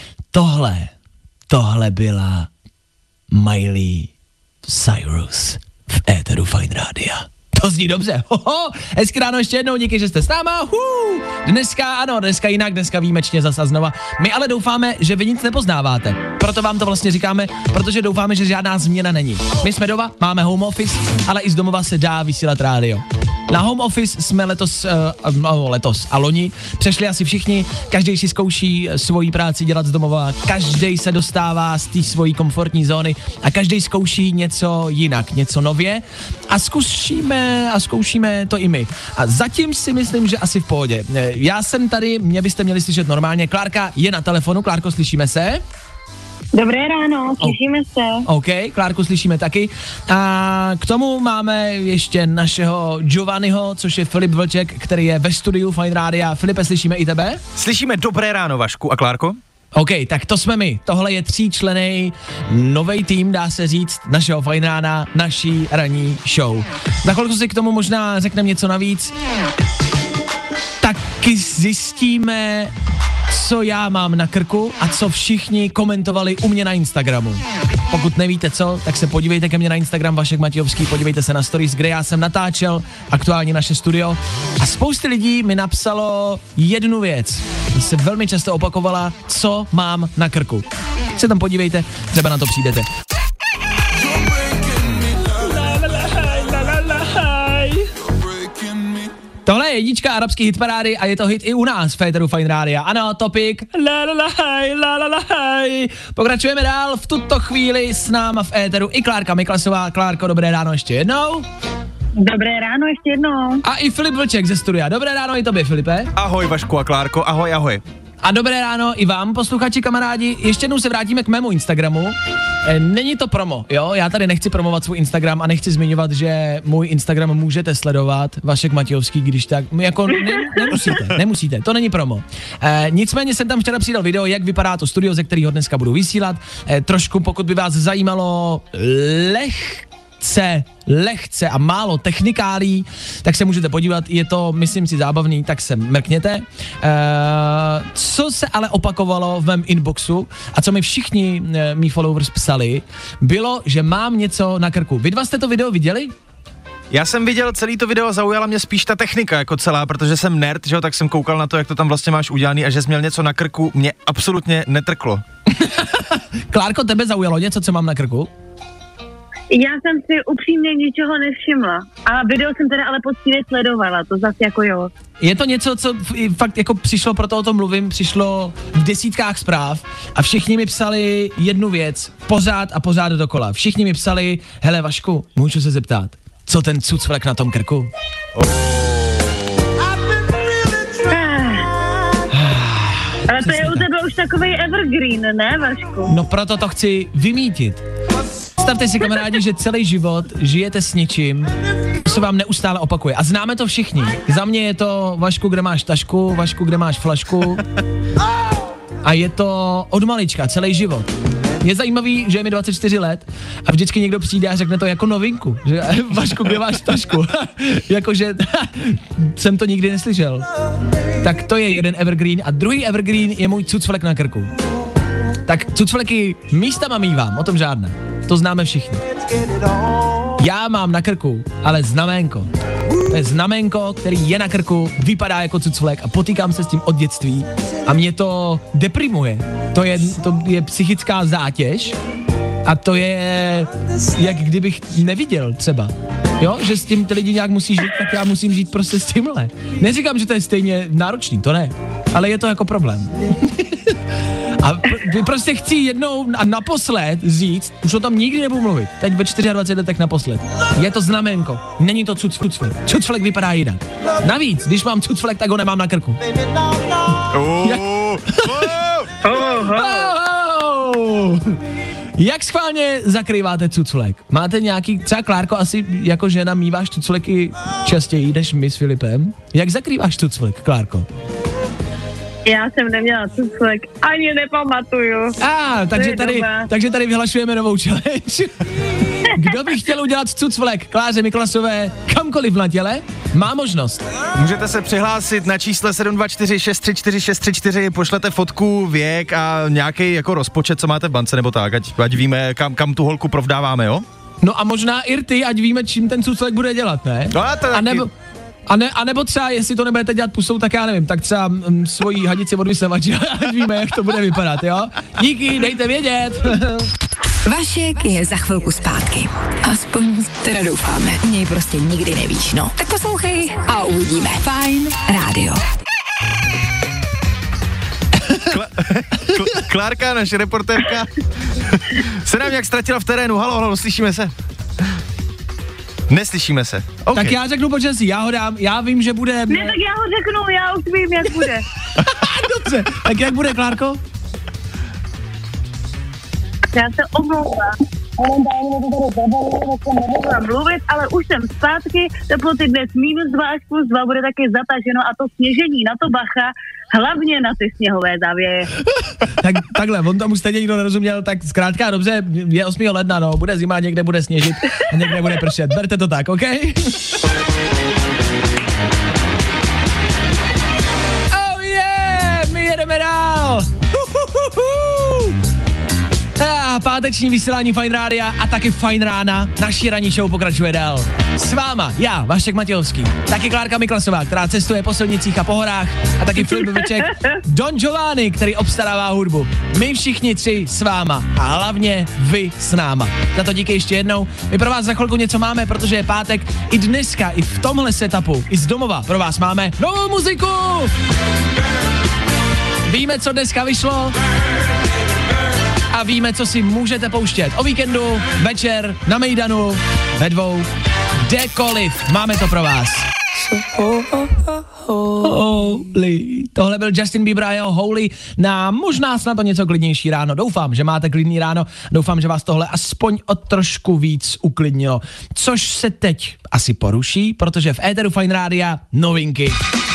Tohle byla Miley Cyrus v éteru Fajn rádia. To zní dobře. Hezky ráno ještě jednou, díky, že jste s náma. Dneska jinak, dneska výjimečně zas a znova. My ale doufáme, že vy nic nepoznáváte. Proto vám to vlastně říkáme, protože doufáme, že žádná změna není. My jsme doma, máme home office, ale i z domova se dá vysílat rádio. Na home office jsme letos a loni přešli asi všichni, každý si zkouší svoji práci dělat z domova, každý se dostává z té svojí komfortní zóny a každý zkouší něco jinak, něco nově a zkoušíme to i my. A zatím si myslím, že asi v pohodě. Já jsem tady, mě byste měli slyšet normálně. Klárka je na telefonu. Klárko, slyšíme se? Dobré ráno, slyšíme se. OK, Klárku slyšíme taky. A k tomu máme ještě našeho Giovanniho, což je Filip Vlček, který je ve studiu Fajn rádia. Filipe, slyšíme i tebe? Slyšíme dobré ráno, Vašku. A Klárko? OK, tak to jsme my. Tohle je 3členný novej tým, dá se říct, našeho Fajn rána, naší ranní show. Za chvilku si k tomu možná řekneme něco navíc. Taky zjistíme, co já mám na krku a co všichni komentovali u mě na Instagramu. Pokud nevíte co, tak se podívejte ke mně na Instagram Vašek Matějovský, podívejte se na stories, kde já jsem natáčel aktuálně naše studio a spousty lidí mi napsalo jednu věc, se velmi často opakovala, co mám na krku. Se tam podívejte, třeba na to přijdete. Tohle je jednička arabský hitparády a je to hit i u nás v éteru Fajn rádia. Ano, Topik. Pokračujeme dál, v tuto chvíli s náma v éteru i Klárka Miklasová. Klárko, dobré ráno ještě jednou. Dobré ráno ještě jednou. A i Filip Vlček ze studia. Dobré ráno i tobě, Filipe. Ahoj, Vašku a Klárko, ahoj, ahoj. A dobré ráno i vám, posluchači, kamarádi. Ještě jednou se vrátíme k mému Instagramu. Není to promo, jo? Já tady nechci promovat svůj Instagram a nechci zmiňovat, že můj Instagram můžete sledovat, Vašek Matějovský, když tak, jako nemusíte, to není promo. Nicméně jsem tam včera přidal video, jak vypadá to studio, ze kterého dneska budu vysílat. Trošku, pokud by vás zajímalo lehce a málo technikálí, tak se můžete podívat, je to, myslím si, zábavný, tak se mrkněte. Co se ale opakovalo v mém inboxu a co mi všichni mý followers psali, bylo, že mám něco na krku. Vy dva jste to video viděli? Já jsem viděl celý to video a zaujala mě spíš ta technika jako celá, protože jsem nerd, že jo, tak jsem koukal na to, jak to tam vlastně máš udělaný a že jsi měl něco na krku, mě absolutně netrklo. Klárko, tebe zaujalo něco, co mám na krku? Já jsem si upřímně ničeho nevšimla. A video jsem teda ale poctivě sledovala, to zase jako jo. Je to něco, co fakt jako přišlo, proto o tom mluvím, přišlo v desítkách zpráv a všichni mi psali jednu věc, pořád a pořád dokola. Všichni mi psali, hele Vašku, můžu se zeptat, co ten cucvlek na tom krku? Ale to je u tebe už takovej evergreen, ne Vašku? No proto to chci vymítit. Představte si, kamarádi, že celý život žijete s něčím, co vám neustále opakuje. A známe to všichni. Za mě je to Vašku, kde máš tašku, Vašku, kde máš flašku. A je to od malička, celý život. Je zajímavý, že je mi 24 let a vždycky někdo přijde a řekne to jako novinku. Že Vašku, kde máš tašku? Jakože jsem to nikdy neslyšel. Tak to je jeden evergreen a druhý evergreen je můj cucflek na krku. Tak cucfleky místama mívám, o tom žádné. To známe všichni. Já mám na krku, ale znamenko. To je znamenko, který je na krku, vypadá jako cucflek a potýkám se s tím od dětství a mě to deprimuje. To je psychická zátěž a to je, jak kdybych neviděl třeba. Jo, že s tím ty lidi nějak musí žít, tak já musím žít prostě s tímhle. Neříkám, že to je stejně náročný, to ne, ale je to jako problém. A prostě chci jednou a naposled říct, už o tom nikdy nebudu mluvit, teď ve 24 letech naposled. Je to znamenko, není to cucflek. Cucflek vypadá jinak. Navíc, když mám cucflek, tak ho nemám na krku. Jak schválně zakrýváte cucflek? Máte nějaký, třeba Klárko, asi jako žena míváš cucfleky častěji než my s Filipem? Jak zakrýváš cucflek, Klárko? Já jsem neměla cucflek, ani nepamatuju. Takže tady vyhlašujeme novou challenge. Kdo by chtěl udělat cucflek Kláře Miklasové kamkoliv na těle, má možnost. Můžete se přihlásit na čísle 724 634 634, pošlete fotku, věk a nějaký jako rozpočet, co máte v bance nebo tak, ať víme, kam tu holku provdáváme, jo? No a možná i ty, ať víme, čím ten cucflek bude dělat, ne? No a to taky. A nebo třeba, jestli to nebudete dělat pusou, tak já nevím, tak třeba svoji hadici od vysavače, ať víme, jak to bude vypadat, jo? Díky, dejte vědět. Vašek je za chvilku zpátky. Aspoň teda doufáme. Něj prostě nikdy nevíš, no. Tak poslouchej a uvidíme. Fajn rádio. Klárka, naše reportérka, se nám nějak ztratila v terénu. Halo, slyšíme se? Neslyšíme se. Okay. Tak já řeknu počasí, já ho dám, já vím, že bude... Ne, tak já ho řeknu, já už vím, jak bude. Dobře, tak jak bude, Klárko? Já se omlouvám. Nemohla mluvit, ale už jsem zpátky, teploty dnes -2 až +2, bude taky zataženo a to sněžení, na to bacha, hlavně na ty sněhové závěje. Takhle, on tomu stejně nikdo nerozuměl, tak zkrátka dobře, je 8. ledna, no, bude zima, někde bude sněžit a někde bude pršet, berte to tak, OK? Oh yeah, my jedeme dál! Páteční vysílání Fajn rádia a taky Fajn rána. Naší ranní show pokračuje dál. S váma, já, Vašek Matějovský, taky Klárka Miklasová, která cestuje po silnicích a po horách a taky Filip Veček, Don Giovanni, který obstarává hudbu. My všichni tři s váma a hlavně vy s náma. Za to díky ještě jednou. My pro vás za chvilku něco máme, protože je pátek. I dneska, i v tomhle setupu, i z domova pro vás máme novou muziku. Víme, co dneska vyšlo a víme, co si můžete pouštět o víkendu, večer, na mejdanu, ve dvou, kdekoliv. Máme to pro vás. Holy. Tohle byl Justin Bieber a jeho Holy na možná snad o něco klidnější ráno. Doufám, že máte klidný ráno. Doufám, že vás tohle aspoň o trošku víc uklidnilo. Což se teď asi poruší, protože v éteru Fajn rádia novinky.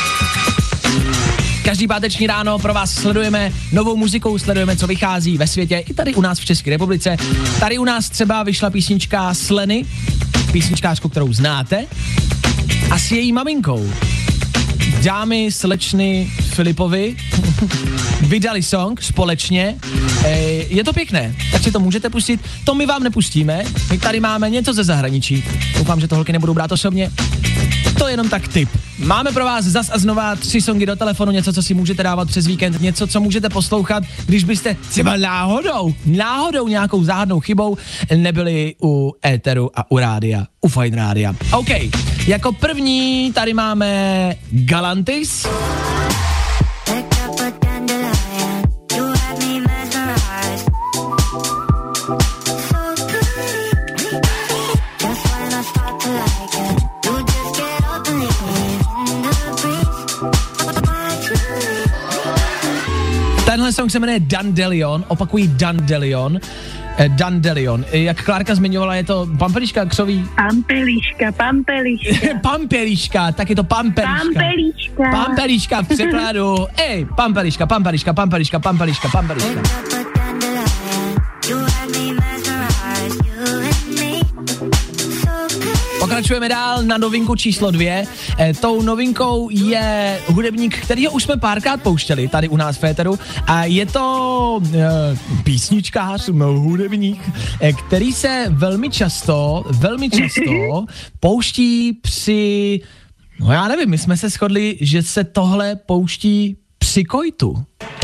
Každý páteční ráno pro vás sledujeme novou muzikou, sledujeme, co vychází ve světě, i tady u nás v České republice. Tady u nás třeba vyšla písnička s Lenny, písničkářku, kterou znáte, a s její maminkou. Dámy slečny Filipovi vydali song společně. Je to pěkné, tak si to můžete pustit. To my vám nepustíme, my tady máme něco ze zahraničí. Doufám, že to holky nebudou brát osobně. To je jenom tak tip. Máme pro vás zas a znova 3 songy do telefonu, něco, co si můžete dávat přes víkend, něco, co můžete poslouchat, když byste třeba náhodou nějakou záhadnou chybou nebyli u éteru a u rádia, u Fajn rádia. OK, jako první tady máme Galantis. Tenhle song song se jmenuje Dandelion, opakují Dandelion. Dandelion. Jak Klárka zmiňovala, je to pampeliška, křoví? Pampeliška. Pampeliška, tak je to pampeliška. Pampeliška v překladu. Pampeliška. Pokračujeme dál na novinku číslo 2. Tou novinkou je hudebník, kterýho už jsme párkrát pouštěli tady u nás v éteru a je to písničkář, hudebník, který se velmi často pouští při, no já nevím, my jsme se shodli, že se tohle pouští při kojtu.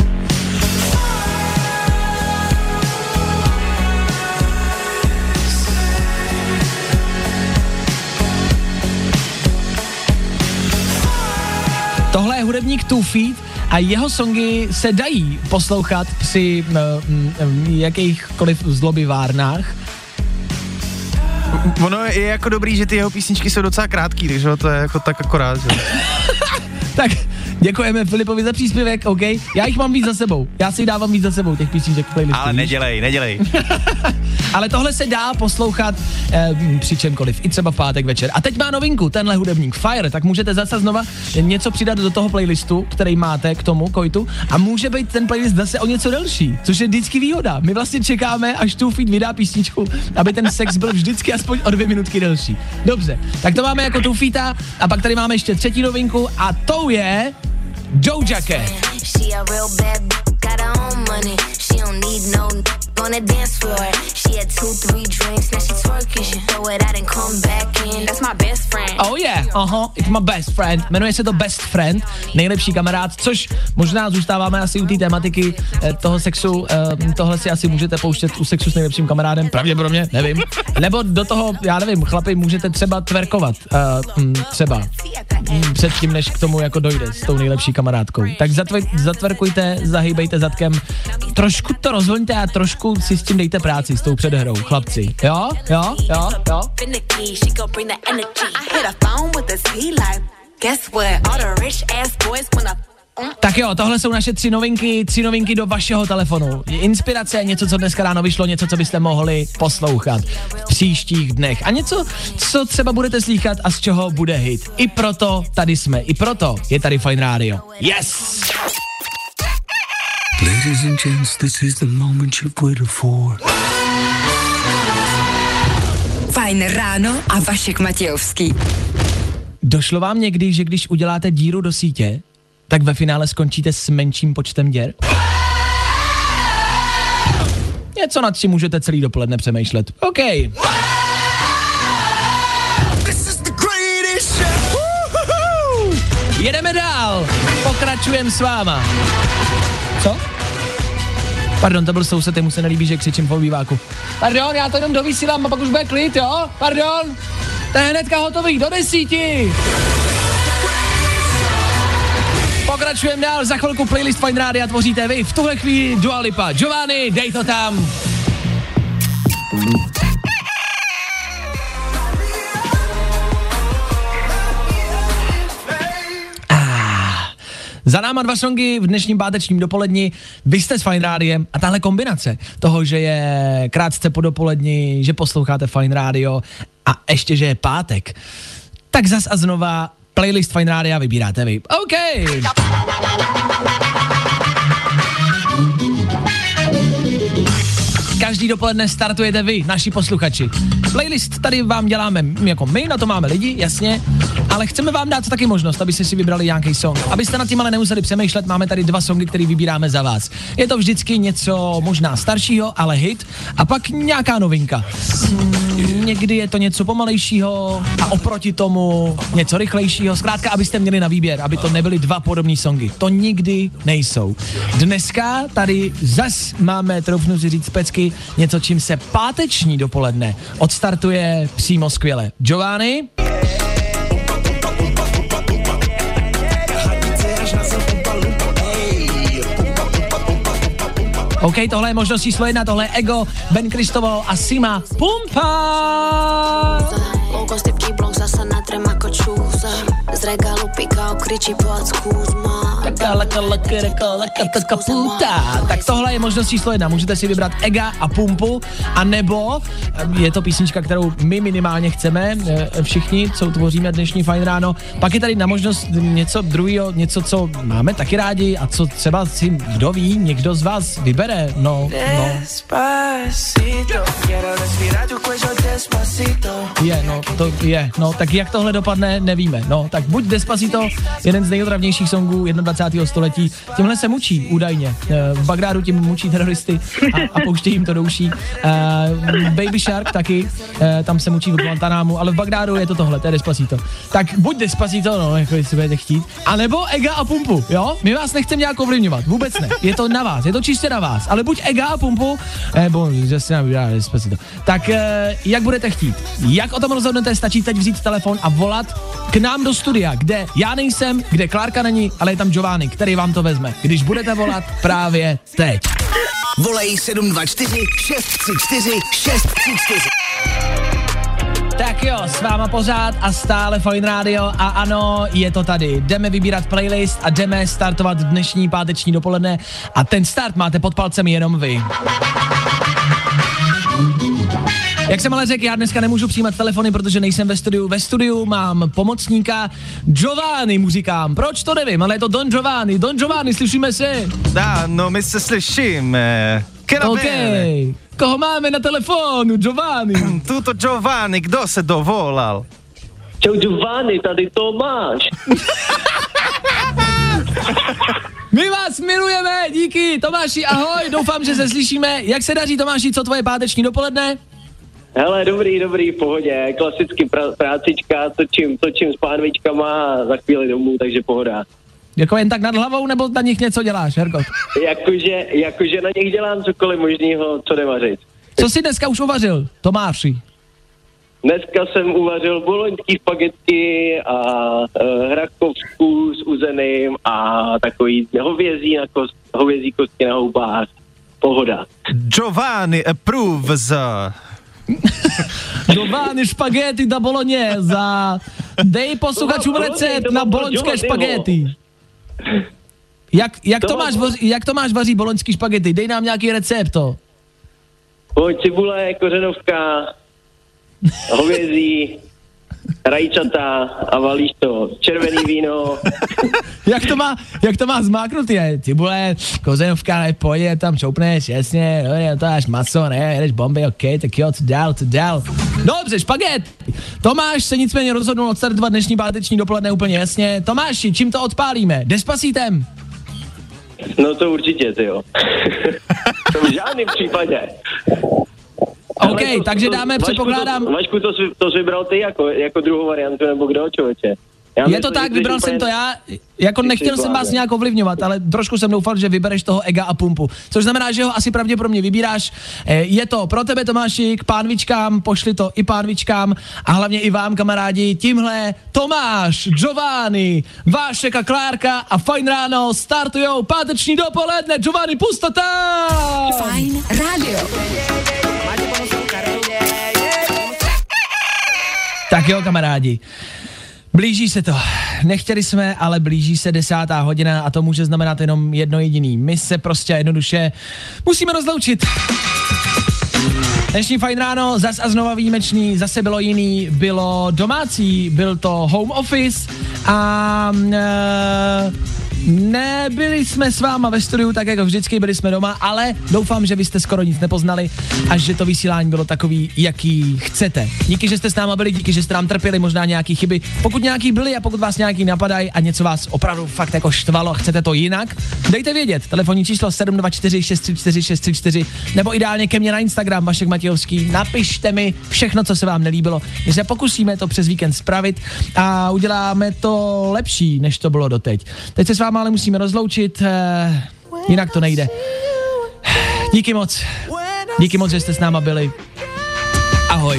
Tohle je hudebník 2 Feet a jeho songy se dají poslouchat při jakýchkoliv zlobivárnách. Ono je jako dobrý, že ty jeho písničky jsou docela krátký, takže to je jako tak akorát, že? Tak děkujeme Filipovi za příspěvek, OK? Já jich mám víc za sebou. Já si dávám víc za sebou těch písniček v playlistu. Ale nedělej. Ale tohle se dá poslouchat při čemkoliv, i třeba v pátek večer. A teď má novinku, tenhle hudebník Fire, tak můžete zase znova něco přidat do toho playlistu, který máte k tomu kojtu a může být ten playlist zase o něco delší, což je vždycky výhoda. My vlastně čekáme, až 2 Feet vydá písničku, aby ten sex byl vždycky aspoň o 2 minutky delší. Dobře, tak to máme jako 2 Feeta a pak tady máme ještě třetí novinku a tou je Doja Cat. On the dance floor, she had 2-3 drinks, now she twerking, she throw it out and come back in. That's my best friend. Oh yeah, it's my best friend. Jmenuje se to Best Friend, nejlepší kamarád, což možná zůstáváme asi u té tematiky toho sexu. Tohle si asi můžete pouštět u sexu s nejlepším kamarádem, pravděpodobně, nevím. Nebo do toho, já nevím, chlapi, můžete třeba twerkovat, třeba předtím, než k tomu jako dojde s tou nejlepší kamarádkou. Tak zatwerkujte, zahýbejte zadkem, trošku to rozhoňte a trošku si s tím dejte práci s tou předhrou, chlapci. Jo? Tak jo, tohle jsou naše 3 novinky do vašeho telefonu. Inspirace, něco, co dneska ráno vyšlo, něco, co byste mohli poslouchat v příštích dnech. A něco, co třeba budete slýchat a z čeho bude hit. I proto tady jsme, i proto je tady Fajn rádio. Yes! Ladies and gents, this is the moment you've waited for. Fajn ráno a Vašek Matějovský. Došlo vám někdy, že když uděláte díru do sítě, tak ve finále skončíte s menším počtem děr? Něco, nad čím můžete celý dopoledne přemýšlet. OK. Jedeme dál. Pokračujeme s váma. Co? Pardon, to byl soused, mu se nelíbí, že křičím v obýváku. Pardon, já to jenom dovysílám a pak už bude klid, jo? Pardon, to je hnedka hotový, do 10. Pokračujeme dál, za chvilku playlist Fajn rádia tvoříte vy. V tuhle chvíli Dua Lipa. Giovanni, dej to tam. Za náma 2 songy v dnešním pátečním dopoledni. Vy jste s Fajn rádiem a tahle kombinace toho, že je krátce po dopoledni, že posloucháte Fajn rádio a ještě, že je pátek, tak zas a znova playlist Fajn rádia vybíráte vy. OK. Každý dopoledne startujete vy, naši posluchači. Playlist tady vám děláme jako my, na to máme lidi, jasně, ale chceme vám dát taky možnost, abyste si vybrali nějaký song. Abyste nad tím ale nemuseli přemýšlet, máme tady 2 songy, které vybíráme za vás. Je to vždycky něco možná staršího, ale hit, a pak nějaká novinka. Někdy je to něco pomalejšího a oproti tomu něco rychlejšího. Zkrátka, abyste měli na výběr, aby to nebyly 2 podobné songy. To nikdy nejsou. Dneska tady zas máme, troufnu si říct pecky, něco, čím se páteční dopoledne odstartuje přímo skvěle. Giovanni? OK, tohle je možnost číslo 1, tohle je Ego, Ben Cristoval a Sima Pumpa. Tak tohle je možnost číslo 1. Můžete si vybrat Ega a Pumpu, a nebo je to písnička, kterou my minimálně chceme, všichni, co tvoříme dnešní Fajn ráno. Pak je tady na možnost něco druhého, něco, co máme taky rádi a co třeba si, kdo ví, někdo z vás vybere. No. Tak jak tohle dopadne, nevíme. No, tak buď Despacito, jeden z nejotravnějších songů 21. století, tímhle se mučí údajně. V Bagdádu tím mučí teroristy a pouštějí jim to do uší. Baby Shark taky, tam se mučí v Guantanámu, ale v Bagdádu je to tohle, to je Despacito. Tak buď Despacito, no, jako jestli budete chtít, anebo Ega a Pumpu, jo? My vás nechceme nějak ovlivňovat, vůbec ne. Je to na vás, je to čistě na vás, ale buď Ega a Pumpu, nebo zase nám vydá Despacito. Tak jak budete chtít? Jak o tom rozhodnete, stačí teď vzít telefon a volat k nám do studia, kde já nejsem, kde Klárka není, ale je tam Giovanni, který vám to vezme, když budete volat právě teď. Volej 724 634 634. Tak jo, s váma pořád a stále Fajn rádio a ano, je to tady. Jdeme vybírat playlist a jdeme startovat dnešní páteční dopoledne a ten start máte pod palcem jenom vy. Jak jsem ale řekl, já dneska nemůžu přijímat telefony, protože nejsem ve studiu. Ve studiu mám pomocníka Giovanni, mu říkám. Proč to nevím, ale je to Don Giovanni. Don Giovanni, slyšíme se? No, my se slyšíme. Okay. Koho máme na telefonu, Giovanni? Tuto Giovanni, kdo se dovolal? Čau Giovanni, tady Tomáš. My vás milujeme, díky Tomáši, ahoj, doufám, že se slyšíme. Jak se daří, Tomáši, co tvoje páteční dopoledne? Hele, dobrý, v pohodě, klasicky prácička, točím s pánvičkama a za chvíli domů, takže pohoda. Jako jen tak nad hlavou, nebo na nich něco děláš, Herko? Jakože na nich dělám cokoliv možného, co jde vařit. Co jsi dneska už uvařil, Tomáši? Dneska jsem uvařil boloňský spaghetti a hrakovsku s uzeným a takový hovězí kostky na houbách. Pohoda. Giovanni approves. Giovanni spaghetti da bolognese. Dej posluchačům recept na boloňské spaghetti. Jak Tomáš vaří boloňský spaghetti? Dej nám nějaký recept to. Pojď, cibule, kořenovka, hovězí, rajčata a valíš to, červený víno. jak to má zmáknutý, cibule, kořenovka, pojď, tam čoupneš, jasně, no, to až maso, ne, jedeš bomby, ok, tak jo, co dál. Dobře, špaget. Tomáš se nicméně rozhodnul odstartovat dnešní páteční dopoledne úplně jasně. Tomáši, čím to odpálíme? Despacitem? No to určitě, tyjo. To v žádném případě. OK, takže dáme, předpokládám... Vašku, to jsi vybral ty jako druhou variantu, nebo kdo, člověče? Je to tak, vybral jsem to já, jako nechtěl jsem vás nějak ovlivňovat, ale trošku jsem doufal, že vybereš toho Ega a Pumpu, což znamená, že ho asi pravděpodobně vybíráš. Je to pro tebe, Tomáši, k pánvičkám, pošli to i pánvičkám a hlavně i vám, kamarádi, tímhle Tomáš, Giovanni, Vášek a Klárka a Fajn ráno startujou páteční dopoledne. Giovanni, pustota! Fajn rádio. Tak jo, kamarádi. Blíží se to. Nechtěli jsme, ale blíží se 10. hodina a to může znamenat jenom jedno jediný. My se prostě jednoduše musíme rozloučit. Dnešní Fajn ráno zas a znova výjimečný, zase bylo jiný, bylo domácí, byl to home office a nebyli jsme s váma ve studiu tak jako vždycky, byli jsme doma, ale doufám, že byste skoro nic nepoznali a že to vysílání bylo takový, jaký chcete. Díky, že jste s náma byli, díky, že jste nám trpěli možná nějaký chyby. Pokud nějaký byli a pokud vás nějaký napadají a něco vás opravdu fakt jako štvalo, chcete to jinak, dejte vědět. Telefonní číslo 724 634 634 nebo ideálně ke mně na Instagram Vašek Matějovský. Napište mi všechno, co se vám nelíbilo. My se pokusíme to přes víkend spravit a uděláme to lepší, než to bylo doteď. Teď se s vámi ale musíme rozloučit, jinak to nejde. Díky moc, že jste s náma byli. Ahoj.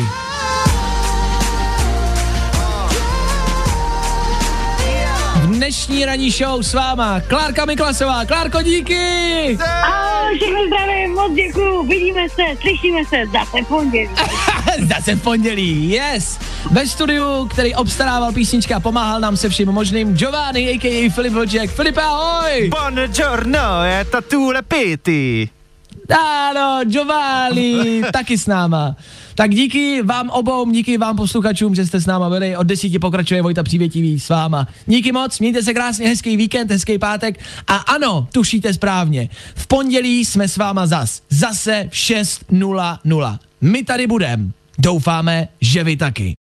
Dnešní ranní show s váma Klárka Miklasová. Klárko, díky! Ahoj, všechny zdravím, moc děkuju, vidíme se, slyšíme se, zase v pondělí. Zase v pondělí, yes. ve studiu, který obstarával písničky a pomáhal nám se vším možným, Giovanni, a.k.a. Filip Vlček. Filipe, ahoj! Buongiorno, je to tu lepity. Ano, Giovanni, taky s náma. Tak díky vám obou, díky vám posluchačům, že jste s náma byli. Od 10 pokračuje Vojta Přívětivý s váma. Díky moc, mějte se krásně, hezký víkend, hezký pátek. A ano, tušíte správně. V pondělí jsme s váma zase v 6:00. My tady budeme. Doufáme, že vy taky.